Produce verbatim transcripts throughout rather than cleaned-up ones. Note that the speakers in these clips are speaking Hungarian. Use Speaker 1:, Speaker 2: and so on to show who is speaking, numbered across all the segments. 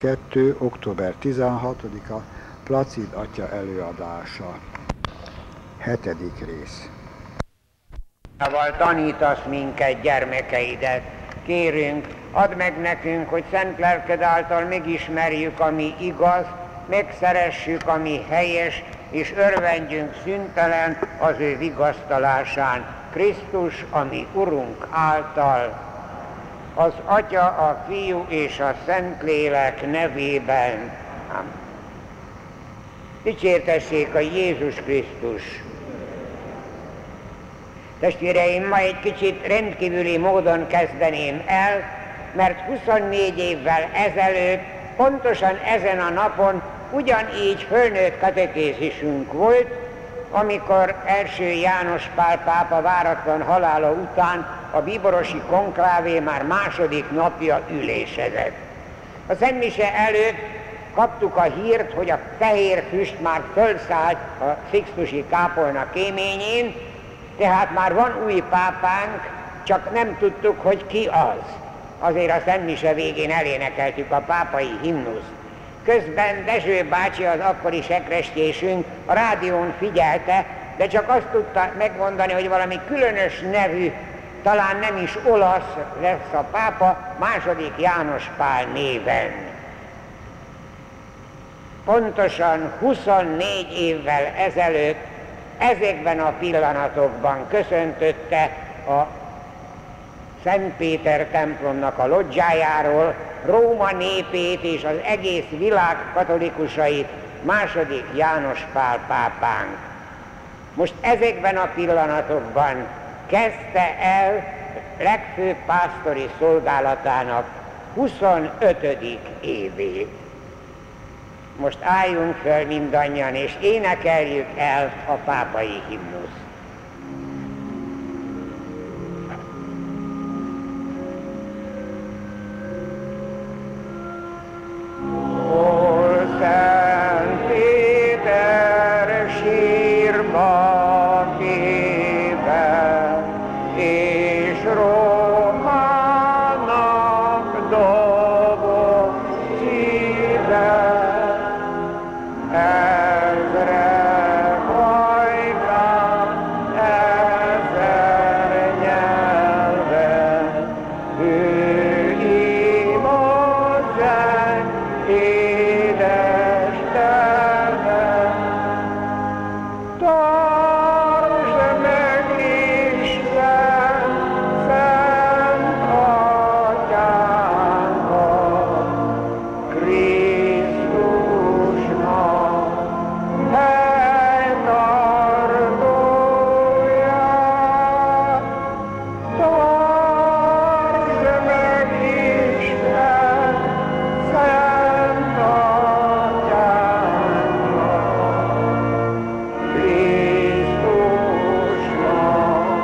Speaker 1: kettő. október tizenhatodika Placid atya előadása. Hetedik rész.
Speaker 2: Tanítasz minket, gyermekeidet. Kérünk, add meg nekünk, hogy szent lelked által megismerjük, ami igaz, megszeressük, ami helyes, és örvendjünk szüntelen az ő vigasztalásán. Krisztus, ami Urunk által, az Atya, a Fiú és a Szentlélek nevében. Amen. Dicsértessék a Jézus Krisztus! Testvéreim, ma egy kicsit rendkívüli módon kezdeném el, mert huszonnégy évvel ezelőtt, pontosan ezen a napon ugyanígy fölnőtt katekézisünk volt, amikor első János Pál pápa váratlan halála után a bíborosi konklávé már második napja ülésezett. A szentmise előtt kaptuk a hírt, hogy a fehér füst már fölszállt a Sixtusi kápolna kéményén, tehát már van új pápánk, csak nem tudtuk, hogy ki az. Azért a szentmise végén elénekeltük a pápai himnuszt. Közben Dezső bácsi, az akkori sekrestjésünk, a rádión figyelte, de csak azt tudta megmondani, hogy valami különös nevű, talán nem is olasz lesz a pápa, második János Pál néven. Pontosan huszonnégy évvel ezelőtt ezekben a pillanatokban köszöntötte a Szent Péter templomnak a lodzsájáról Róma népét és az egész világ katolikusait második János Pál pápánk. Most ezekben a pillanatokban kezdte el legfőbb pásztori szolgálatának huszonötödik évét. Most álljunk föl mindannyian, és énekeljük el a pápai himnuszt. Szent Péter sírba kéve, és Rómának dobog szíve, ezre hajkán, ezer nyelven, ő imozzák édes terve. Tartsd meg Isten szent atyánkat, Krisztusnak helytartóját. Tartsd meg Isten szent atyánkat, Krisztusnak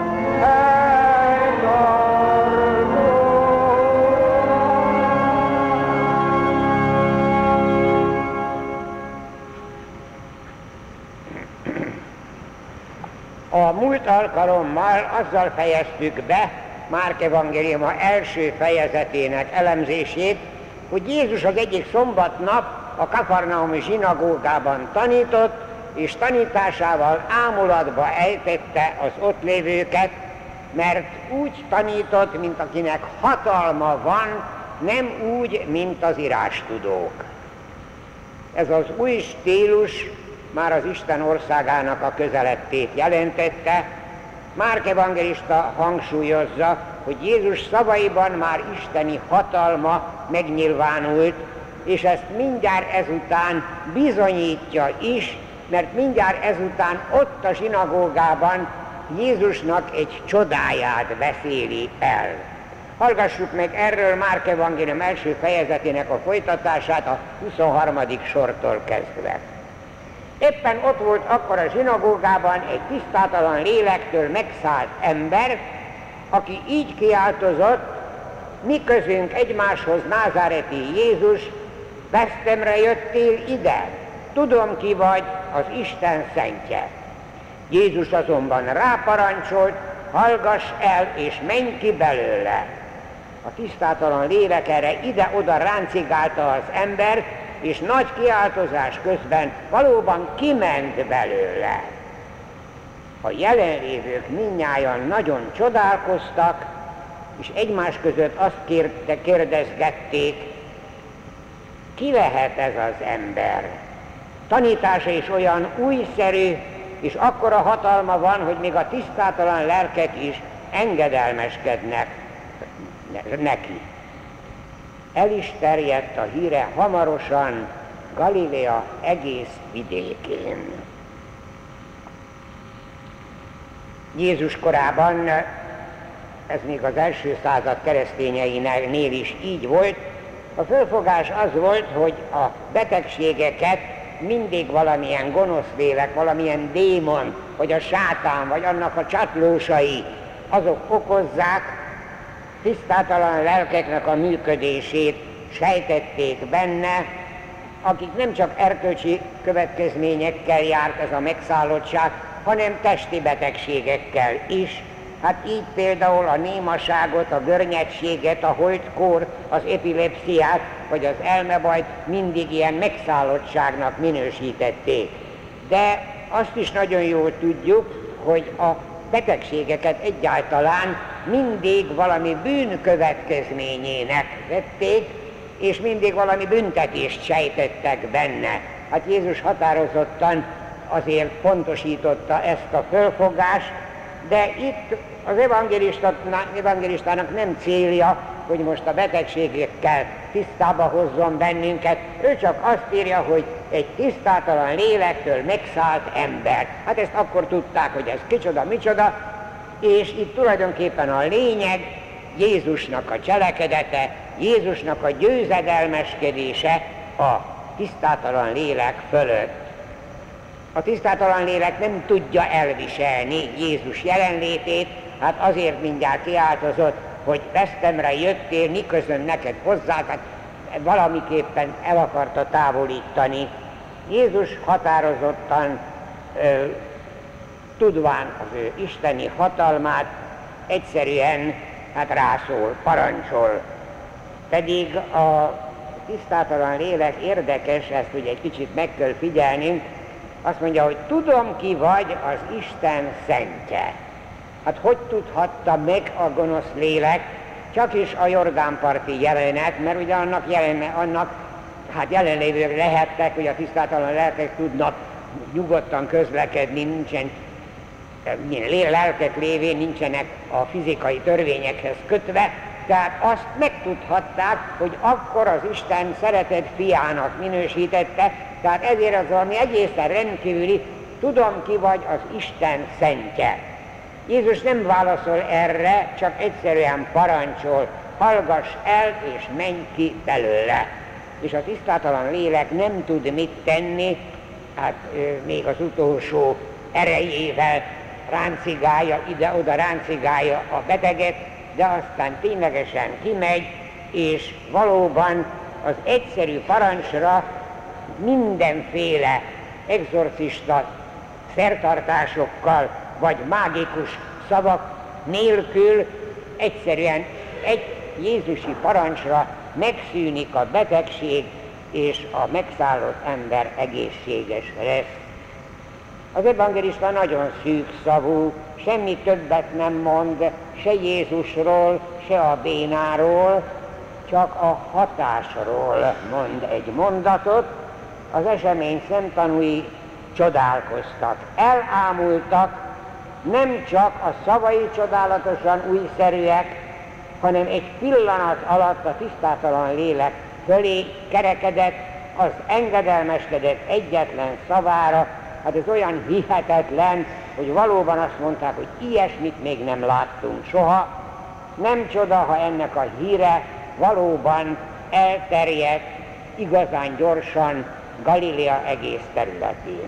Speaker 2: A múlt alkalommal azzal fejeztük be Márk evangéliuma első fejezetének elemzését, hogy Jézus az egyik szombatnap a kafarnaumi zsinagógában tanított, és tanításával ámulatba ejtette az ott lévőket, mert úgy tanított, mint akinek hatalma van, nem úgy, mint az írástudók. Ez az új stílus már az Isten országának a közelettét jelentette. Márk evangélista hangsúlyozza, hogy Jézus szavaiban már isteni hatalma megnyilvánult, és ezt mindjárt ezután bizonyítja is, mert mindjárt ezután ott a zsinagógában Jézusnak egy csodáját beszéli el. Hallgassuk meg erről Márk evangélium első fejezetének a folytatását a huszonharmadik sortól kezdve. Éppen ott volt akkor a zsinagógában egy tisztátalan lélektől megszállt ember, aki így kiáltozott: mi közünk egymáshoz, názáreti Jézus, vesztemre jöttél ide? Tudom, ki vagy, az Isten szentje. Jézus azonban ráparancsolt: hallgass el és menj ki belőle. A tisztátalan lélek erre ide-oda ráncigálta az embert, és nagy kiáltozás közben valóban kiment belőle. A jelenlévők mindnyájan nagyon csodálkoztak, és egymás között azt kérte, kérdezgették, ki lehet ez az ember? Tanítása is olyan újszerű, és akkora hatalma van, hogy még a tisztátalan lelkek is engedelmeskednek neki. El is terjedt a híre hamarosan Galilea egész vidékén. Jézus korában, ez még az első század keresztényeinél is így volt, a fölfogás az volt, hogy a betegségeket mindig valamilyen gonosz lélek, valamilyen démon, vagy a sátán, vagy annak a csatlósai, azok okozzák, tisztátalan lelkeknek a működését sejtették benne, akik nem csak erkölcsi következményekkel járt ez a megszállottság, hanem testi betegségekkel is. Hát így például a némaságot, a görnyedtséget, a holtkór, az epilepsziát, vagy az elmebajt mindig ilyen megszállottságnak minősítették. De azt is nagyon jól tudjuk, hogy a betegségeket egyáltalán mindig valami bűn következményének vették, és mindig valami büntetést sejtettek benne. Hát Jézus határozottan azért pontosította ezt a fölfogást, de itt az evangélistának nem célja, hogy most a betegségekkel tisztába hozzon bennünket, ő csak azt írja, hogy egy tisztátalan lélektől megszállt ember. Hát ezt akkor tudták, hogy ez kicsoda, micsoda, és itt tulajdonképpen a lényeg Jézusnak a cselekedete, Jézusnak a győzedelmeskedése a tisztátalan lélek fölött. A tisztátalan lélek nem tudja elviselni Jézus jelenlétét, hát azért mindjárt kiáltozott, hogy vesztemre jöttél, miközben neked hozzá, tehát valamiképpen el akarta távolítani. Jézus határozottan, ö, tudván az ő isteni hatalmát, egyszerűen hát rászól, parancsol. Pedig a tisztátalan lélek érdekes, ezt ugye egy kicsit meg kell figyelnünk, azt mondja, hogy tudom, ki vagy az Isten szentje. Hát hogy tudhatta meg a gonosz lélek? Csak is a Jordánparti jelenet, mert ugye annak, jelen, annak hát jelenlévők lehettek, hogy a tisztátalan lelkek tudnak nyugodtan közlekedni, nincsen, lelkek lévén nincsenek a fizikai törvényekhez kötve, tehát azt megtudhatták, hogy akkor az Isten szeretett fiának minősítette, tehát ezért az valami egészen rendkívüli, tudom, ki vagy az Isten szentje. Jézus nem válaszol erre, csak egyszerűen parancsol, hallgass el és menj ki belőle. És a tisztátalan lélek nem tud mit tenni, hát még az utolsó erejével ráncigálja, ide-oda ráncigálja a beteget, de aztán ténylegesen kimegy, és valóban az egyszerű parancsra mindenféle exorcista szertartásokkal, vagy mágikus szavak nélkül egyszerűen egy Jézusi parancsra megszűnik a betegség, és a megszállott ember egészséges lesz. Az evangélista nagyon szűk szavú, semmi többet nem mond se Jézusról, se a bénáról, csak a hatásról mond egy mondatot. Az esemény szemtanúi csodálkoztak, elámultak, nem csak a szavai csodálatosan újszerűek, hanem egy pillanat alatt a tisztátalan lélek fölé kerekedett, az engedelmeskedett egyetlen szavára. Hát ez olyan hihetetlen, hogy valóban azt mondták, hogy ilyesmit még nem láttunk soha. Nem csoda, ha ennek a híre valóban elterjedt igazán gyorsan Galilea egész területén.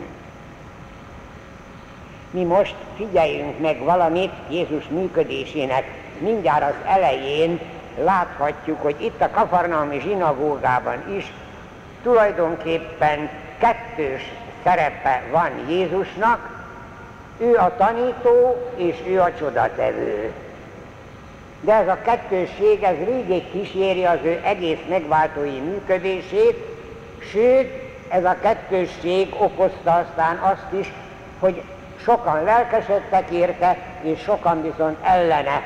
Speaker 2: Mi most figyeljünk meg valamit Jézus működésének mindjárt az elején, láthatjuk, hogy itt a kafarnaumi zsinagógában is tulajdonképpen kettős szerepe van Jézusnak, ő a tanító és ő a csodatevő. de ez a kettősség, ez végig kíséri az ő egész megváltói működését, sőt, ez a kettősség okozta aztán azt is, hogy sokan lelkesedtek érte, és sokan viszont ellene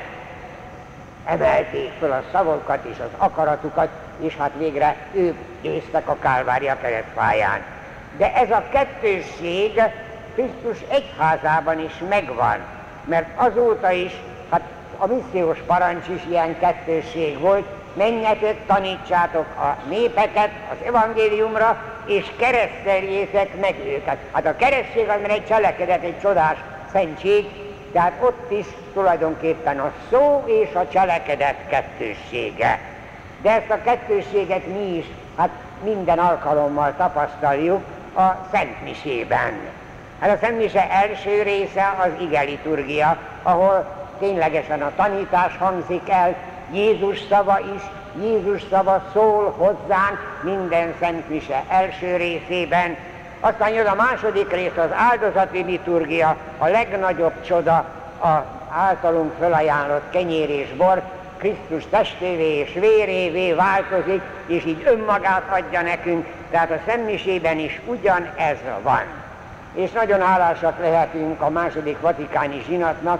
Speaker 2: emelték fel a szavokat és az akaratukat, és hát végre ők győztek a Kálvária keresztfáján. De ez a kettősség Krisztus egyházában is megvan, mert azóta is, hát a missziós parancs is ilyen kettősség volt, menjetek, tanítsátok a népeket az evangéliumra, és kereszteljétek meg őket. Hát a keresztség az már egy cselekedet, egy csodás szentség, tehát ott is tulajdonképpen a szó és a cselekedet kettőssége. De ezt a kettősséget mi is hát minden alkalommal tapasztaljuk a Szentmisében. Hát a Szentmise első része az igeliturgia, ahol ténylegesen a tanítás hangzik el, Jézus szava is, Jézus szava szól hozzánk minden Szentmise első részében. Aztán jön a második rész, az áldozati liturgia, a legnagyobb csoda, az általunk felajánlott kenyér és bor, Krisztus testévé és vérévé változik, és így önmagát adja nekünk, tehát a Szentmisében is ugyanez van. És nagyon hálásak lehetünk a második vatikáni zsinatnak,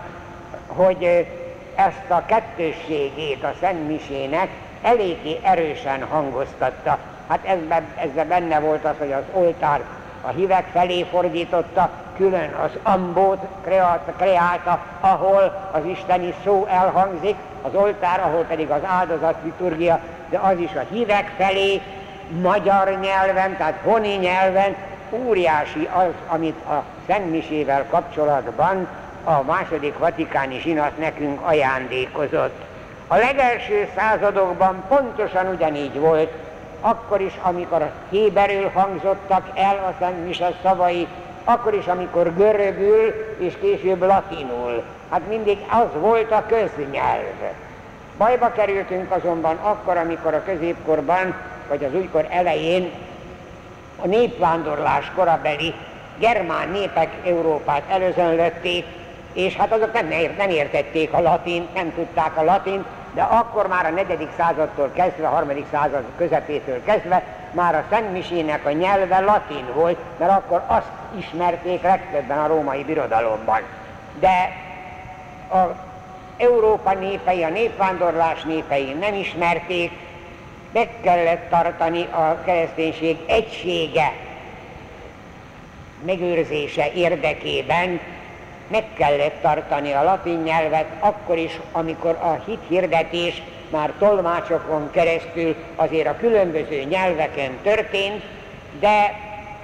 Speaker 2: hogy ezt a kettősségét a Szentmisének eléggé erősen hangoztatta. Hát ezben, ezben benne volt az, hogy az oltár a hívek felé fordította, külön az ambót kreálta, kreálta, ahol az isteni szó elhangzik, az oltár, ahol pedig az áldozat liturgia, de az is a hívek felé, magyar nyelven, tehát honi nyelven, óriási az, amit a Szentmisével kapcsolatban a második vatikáni zsinat nekünk ajándékozott. A legelső századokban pontosan ugyanígy volt, akkor is, amikor héberül hangzottak el a Szentmise szavai, akkor is, amikor görögül és később latinul. Hát mindig az volt a köznyelv. Bajba kerültünk azonban akkor, amikor a középkorban, vagy az újkor elején a népvándorlás korabeli germán népek Európát előzönlötték, és hát azok nem, nem értették a latint, nem tudták a latint, de akkor már a negyedik századtól kezdve, a harmadik század közepétől kezdve már a Szentmisének a nyelve latin volt, mert akkor azt ismerték legtöbben a római birodalomban. De az Európa népei, a népvándorlás népei nem ismerték, meg kellett tartani a kereszténység egysége megőrzése érdekében, meg kellett tartani a latin nyelvet, akkor is, amikor a hithirdetés már tolmácsokon keresztül azért a különböző nyelveken történt, de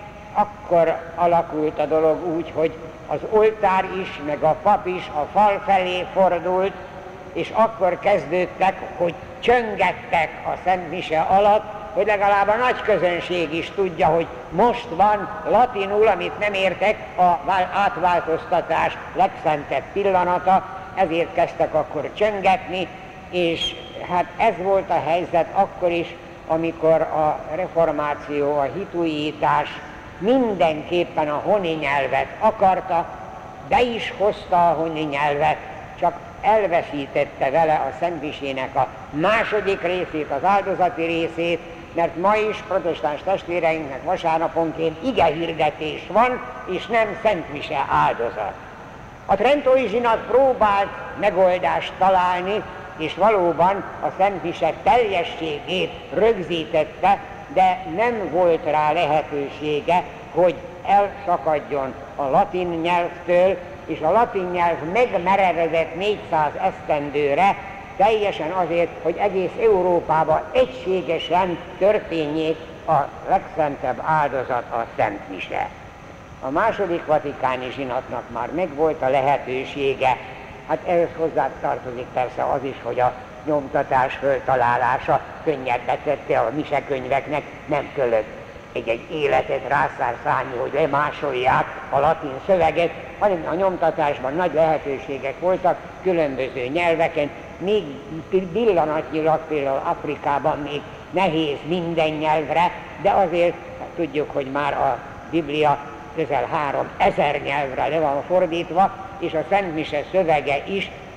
Speaker 2: akkor alakult a dolog úgy, hogy az oltár is, meg a pap is a fal felé fordult, és akkor kezdődtek, hogy csöngettek a Szentmise alatt, hogy legalább a nagy közönség is tudja, hogy most van latinul, amit nem értek, a átváltoztatás legszentebb pillanata, ezért kezdtek akkor csöngetni, és hát ez volt a helyzet akkor is, amikor a reformáció, a hitújítás mindenképpen a honi nyelvet akarta, be is hozta a honi nyelvet, csak elveszítette vele a Szentmisének a második részét, az áldozati részét, mert ma is protestáns testvéreinknek vasárnaponként igehirdetés van, és nem Szentmise áldozat. A trentói zsinat próbált megoldást találni, és valóban a Szentmise teljességét rögzítette, de nem volt rá lehetősége, hogy elszakadjon a latin nyelvtől, és a latin nyelv megmerevedett négyszáz esztendőre, teljesen azért, hogy egész Európában egységesen történjék a legszentebb áldozat, a Szentmise. A második vatikáni zsinatnak már megvolt a lehetősége, hát ehhez hozzá tartozik persze az is, hogy a nyomtatás föltalálása könnyebbet tette a misekönyveknek, nem kellett egy-egy életet rászárszálni, hogy lemásolják a latin szöveget, hanem a nyomtatásban nagy lehetőségek voltak különböző nyelveken, még pillanatnyilag például Afrikában még nehéz minden nyelvre, de azért tudjuk, hogy már a Biblia közel három ezer nyelvre le van fordítva, és a Szentmise szövege is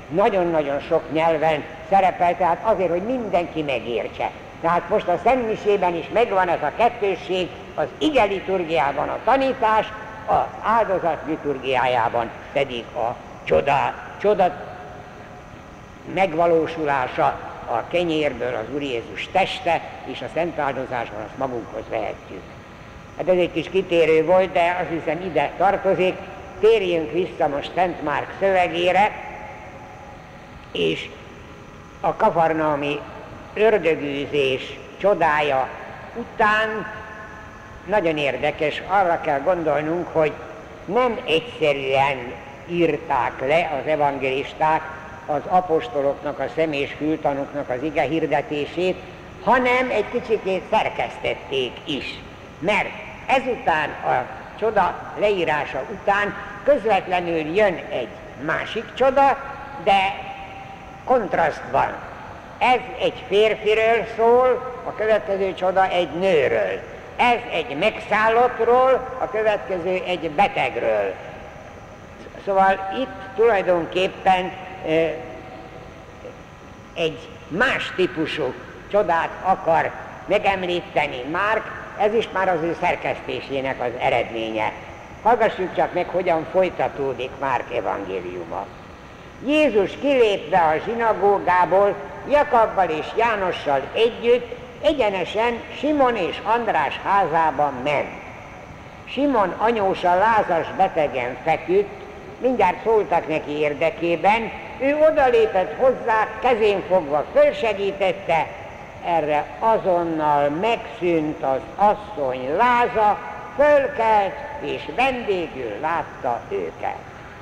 Speaker 2: nagyon-nagyon sok nyelven szerepel, tehát azért, hogy mindenki megértse. Tehát most a szentmisében is megvan ez a kettősség, az ige liturgiában a tanítás, az áldozat liturgiájában pedig a csoda, csoda megvalósulása, a kenyérből az Úr Jézus teste, és a szent áldozásban azt magunkhoz vehetjük. Hát ez egy kis kitérő volt, de azt hiszem ide tartozik. Térjünk vissza most Szent Márk szövegére, és a kafarnaumi ördögűzés csodája után nagyon érdekes, arra kell gondolnunk, hogy nem egyszerűen írták le az evangélisták az apostoloknak, a személyes fültanúknak az ige hirdetését, hanem egy kicsikét szerkesztették is. Mert ezután, a csoda leírása után közvetlenül jön egy másik csoda, de kontrasztban. Ez egy férfiről szól, a következő csoda egy nőről. Ez egy megszállottról, a következő egy betegről. Szóval itt tulajdonképpen e, egy más típusú csodát akar megemlíteni Márk, ez is már az ő szerkesztésének az eredménye. Hallgassuk csak meg, hogyan folytatódik Márk evangéliuma. Jézus kilépve a zsinagógából, Jakabbal és Jánossal együtt egyenesen Simon és András házában ment. Simon anyósa lázas betegen feküdt, mindjárt szóltak neki érdekében, ő odalépett hozzá, kezén fogva fölsegítette, erre azonnal megszűnt az asszony láza, fölkelt és vendégül látta őket.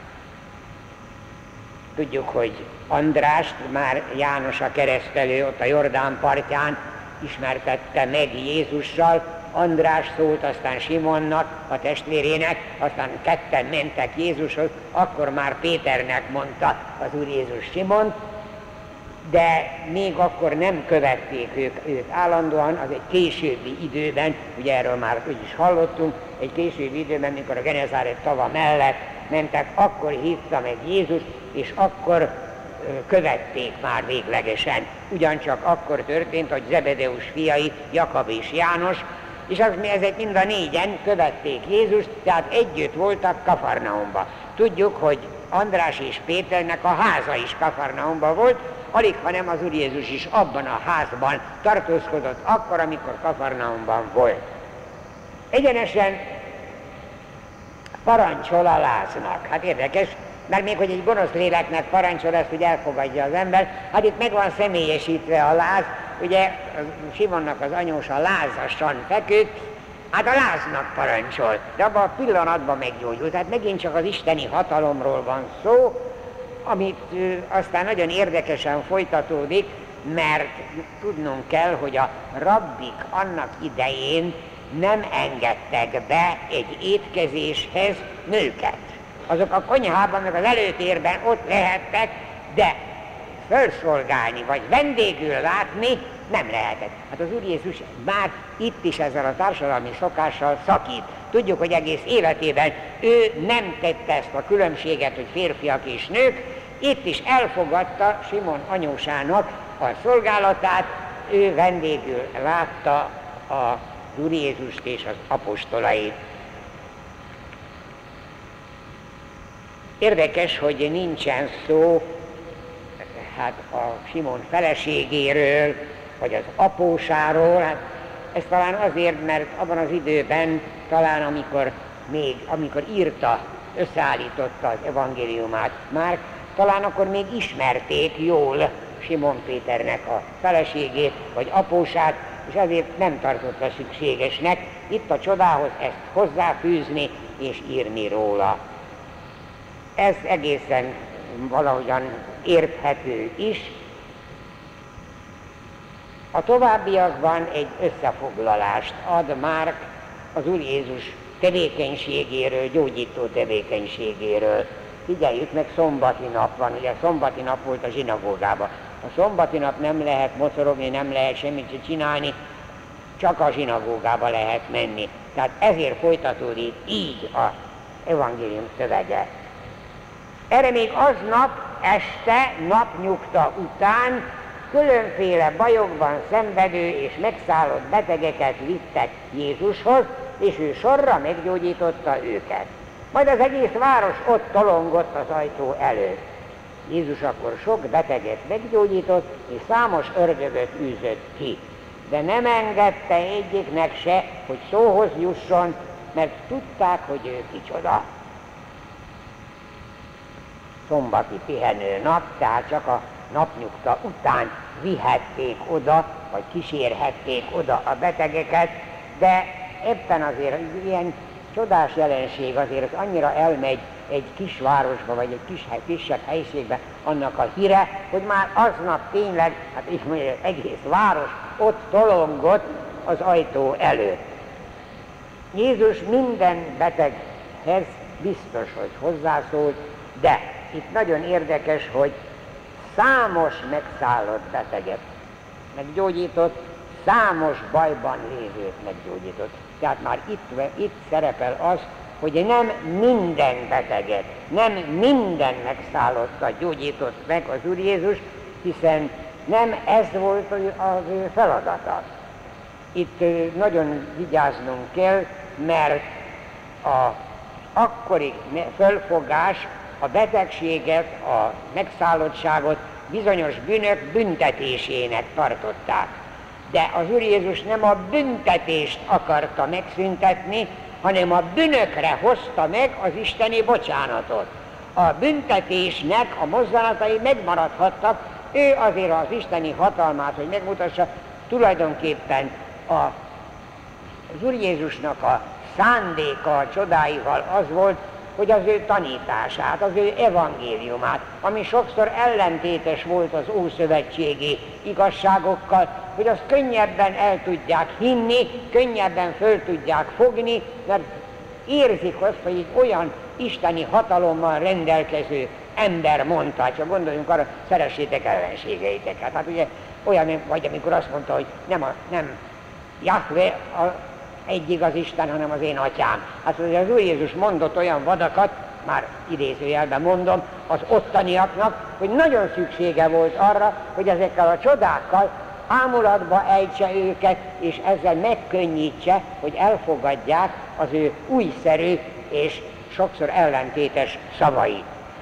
Speaker 2: Tudjuk, hogy Andrást már János a keresztelő ott a Jordán partján ismertette meg Jézussal. András szólt aztán Simonnak, a testvérének, aztán ketten mentek Jézushoz, akkor már Péternek mondta az Úr Jézus Simont, de még akkor nem követték ők, őt állandóan, az egy későbbi időben, ugye erről már úgy is hallottunk, egy későbbi időben, mikor a Genezáret tava mellett mentek, akkor hívta meg Jézus, és akkor követték már véglegesen. Ugyancsak akkor történt, hogy Zebedeus fiai, Jakab és János, és az, ezek mind a négyen követték Jézust, tehát együtt voltak Kafarnaumba. Tudjuk, hogy András és Péternek a háza is Kafarnaumban volt, alig, hanem az Úr Jézus is abban a házban tartózkodott akkor, amikor Kafarnaumban volt. Egyenesen parancsol a láznak. Hát érdekes, mert még hogy egy gonosz léleknek parancsol, ezt ugye elfogadja az ember, hát itt meg van személyesítve a láz, ugye Simonnak az anyósa lázasan feküdt, hát a láznak parancsol, de abban a pillanatban meggyógyult. Tehát megint csak az isteni hatalomról van szó, amit ö, aztán nagyon érdekesen folytatódik, mert tudnunk kell, hogy a rabbik annak idején nem engedtek be egy étkezéshez nőket. Azok a konyhában, meg az előtérben ott lehettek, de felszolgálni, vagy vendégül látni nem lehetett. Hát az Úr Jézus már itt is ezzel a társadalmi szokással szakít. Tudjuk, hogy egész életében ő nem tette ezt a különbséget, hogy férfiak és nők, itt is elfogadta Simon anyósának a szolgálatát, ő vendégül látta az Úr Jézust és az apostolait. Érdekes, hogy nincsen szó hát a Simon feleségéről, vagy az apósáról, hát ez talán azért, mert abban az időben, talán amikor még, amikor írta, összeállította az evangéliumát Márk, talán akkor még ismerték jól Simon Péternek a feleségét, vagy apósát, és ezért nem tartotta szükségesnek itt a csodához ezt hozzáfűzni és írni róla. Ez egészen valahogyan érthető is. A továbbiakban egy összefoglalást ad Márk az Úr Jézus tevékenységéről, gyógyító tevékenységéről. Figyeljük meg, szombati nap van, ugye szombati nap volt a zsinagógában. A szombati nap nem lehet mocorogni, nem lehet semmit sem csinálni, csak a zsinagógába lehet menni. Tehát ezért folytatódik így az evangélium szövege. Erre még aznap este, napnyugta után különféle bajokban szenvedő és megszállott betegeket vittek Jézushoz, és ő sorra meggyógyította őket. Majd az egész város ott tolongott az ajtó előtt. Jézus akkor sok beteget meggyógyított, és számos ördögöt űzött ki. De nem engedte egyiknek se, hogy szóhoz jusson, mert tudták, hogy ő kicsoda. Szombati pihenő nap, tehát csak a napnyugta után vihették oda, vagy kísérhették oda a betegeket, de ebben azért ilyen csodás jelenség azért az annyira elmegy egy kisvárosba, vagy egy kis, kisebb helyiségbe annak a híre, hogy már aznap tényleg, hát így mondja, egész város ott tolongott az ajtó előtt. Jézus minden beteghez biztos, hogy hozzászólt, de itt nagyon érdekes, hogy számos megszállott beteget meggyógyított, számos bajban lévőt meggyógyított. Tehát már itt, itt szerepel az, hogy nem minden beteget, nem minden megszállottat gyógyított meg az Úr Jézus, hiszen nem ez volt az ő feladata. Itt nagyon vigyáznunk kell, mert a akkori fölfogás a betegséget, a megszállottságot bizonyos bűnök büntetésének tartották. De az Úr Jézus nem a büntetést akarta megszüntetni, hanem a bűnökre hozta meg az isteni bocsánatot. A büntetésnek a mozzanatai megmaradhattak, ő azért az isteni hatalmát, hogy megmutassa, tulajdonképpen a, az Úr Jézusnak a szándéka a csodáival az volt, hogy az ő tanítását, az ő evangéliumát, ami sokszor ellentétes volt az ószövetségi igazságokkal, hogy azt könnyebben el tudják hinni, könnyebben föl tudják fogni, mert érzik azt, hogy egy olyan isteni hatalommal rendelkező ember mondta, csak gondoljunk arra, szeressétek ellenségeiteket. Hát ugye olyan, vagy amikor azt mondta, hogy nem, a, nem Jahve a egyik az Isten, hanem az én atyám. Hát az Úr Jézus mondott olyan vadakat, már idézőjelben mondom, az ottaniaknak, hogy nagyon szüksége volt arra, hogy ezekkel a csodákkal ámulatba ejtse őket, és ezzel megkönnyítse, hogy elfogadják az ő újszerű és sokszor ellentétes szavait.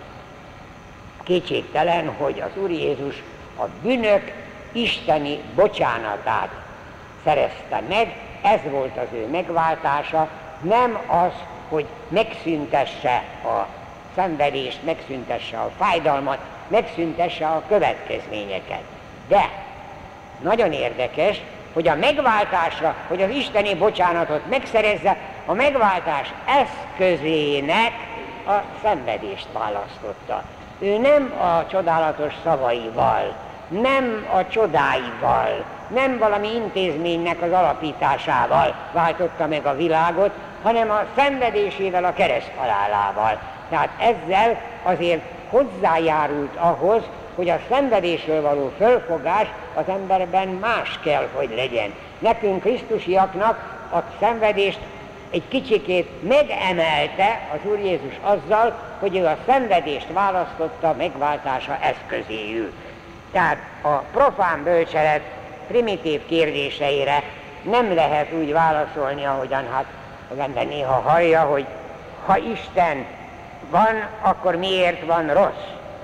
Speaker 2: Kétségtelen, hogy az Úr Jézus a bűnök isteni bocsánatát szerezte meg, ez volt az ő megváltása, nem az, hogy megszüntesse a szenvedést, megszüntesse a fájdalmat, megszüntesse a következményeket. De nagyon érdekes, hogy a megváltásra, hogy az isteni bocsánatot megszerezze, a megváltás eszközének a szenvedést választotta. Ő nem a csodálatos szavaival, nem a csodáival, nem valami intézménynek az alapításával váltotta meg a világot, hanem a szenvedésével, a kereszthalálával. Tehát ezzel azért hozzájárult ahhoz, hogy a szenvedésről való fölfogás az emberben más kell, hogy legyen. Nekünk, krisztusiaknak a szenvedést egy kicsikét megemelte az Úr Jézus azzal, hogy ő a szenvedést választotta megváltása eszközéül. Tehát a profán bölcselet primitív kérdéseire nem lehet úgy válaszolni, ahogyan hát az ember néha hallja, hogy ha Isten van, akkor miért van rossz?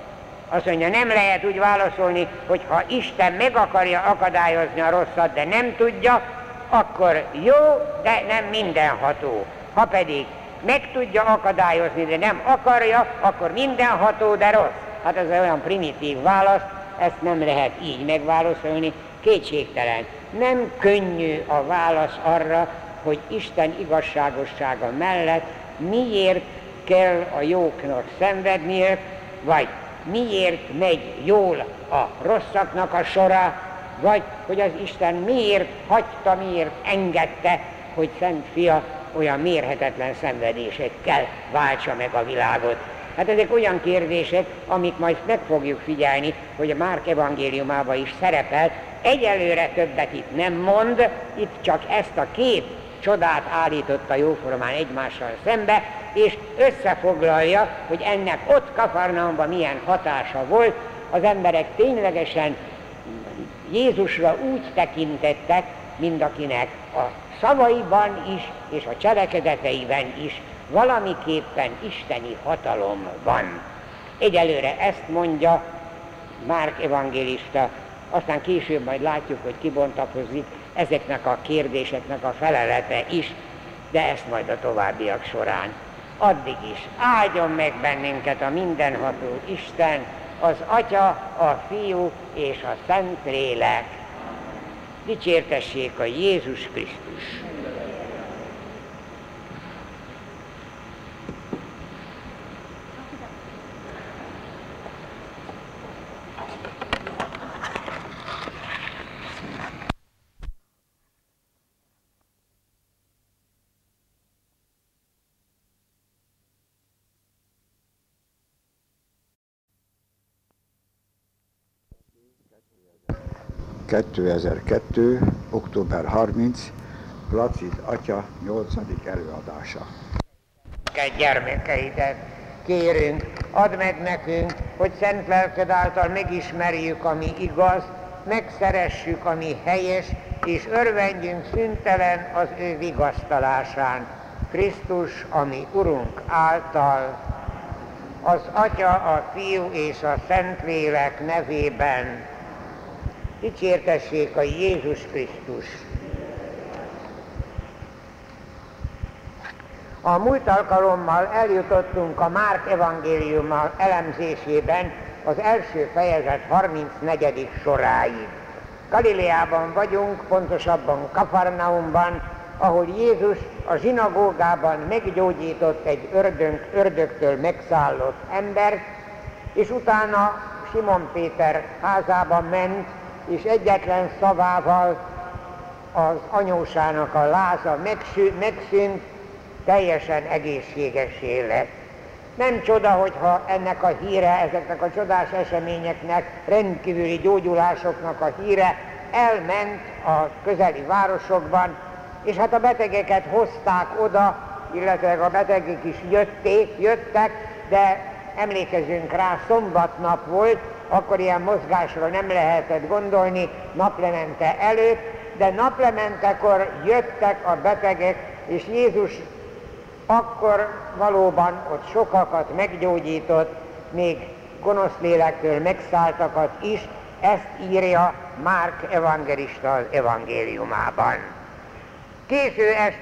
Speaker 2: Azt mondja, nem lehet úgy válaszolni, hogy ha Isten meg akarja akadályozni a rosszat, de nem tudja, akkor jó, de nem mindenható. Ha pedig meg tudja akadályozni, de nem akarja, akkor mindenható, de rossz. Hát ez olyan primitív válasz, ezt nem lehet így megválaszolni, kétségtelen. Nem könnyű a válasz arra, hogy Isten igazságossága mellett miért kell a jóknak szenvedniük, vagy miért megy jól a rosszaknak a sora, vagy hogy az Isten miért hagyta, miért engedte, hogy Szent Fia olyan mérhetetlen szenvedésekkel váltsa meg a világot. Hát ezek olyan kérdések, amik majd meg fogjuk figyelni, hogy a Márk evangéliumában is szerepel. Egyelőre többet itt nem mond, itt csak ezt a két csodát állította jóformán egymással szembe, és összefoglalja, hogy ennek ott Kafarnaumban milyen hatása volt. Az emberek ténylegesen Jézusra úgy tekintettek, mint akinek a szavaiban is, és a cselekedeteiben is valamiképpen isteni hatalom van. Egyelőre ezt mondja Márk evangélista, aztán később majd látjuk, hogy kibontakozik ezeknek a kérdéseknek a felelete is, de ezt majd a továbbiak során. Addig is áldjon meg bennünket a mindenható Isten, az Atya, a Fiú és a Szentlélek. Dicsértessék a Jézus Krisztus!
Speaker 1: kétezer-kettő. október harmincadika. Placid atya nyolcadik előadása.
Speaker 2: Gyermekeidet kérünk, add meg nekünk, hogy szent lelked által megismerjük, ami igaz, megszeressük, ami helyes, és örvendjünk szüntelen az ő vigasztalásán. Krisztus, ami Urunk által, az Atya, a Fiú és a Szentlélek nevében. Dicsértessék a Jézus Krisztus! A múlt alkalommal eljutottunk a Márk evangéliuma elemzésében az első fejezet harmincnegyedik soráig. Galileában vagyunk, pontosabban Kafarnaumban, ahol Jézus a zsinagógában meggyógyított egy ördög, ördögtől megszállott embert, és utána Simon Péter házába ment, és egyetlen szavával az anyósának a láza megszűnt, teljesen egészségessé lett. Nem csoda, hogyha ennek a híre, ezeknek a csodás eseményeknek, rendkívüli gyógyulásoknak a híre elment a közeli városokban, és hát a betegeket hozták oda, illetve a betegek is jötték, jöttek, de emlékezünk rá, szombatnap volt, akkor ilyen mozgásra nem lehetett gondolni naplemente előtt, de naplementekor jöttek a betegek, és Jézus akkor valóban ott sokakat meggyógyított, még gonosz lélektől megszálltakat is, ezt írja Márk evangélista az evangéliumában. Késő este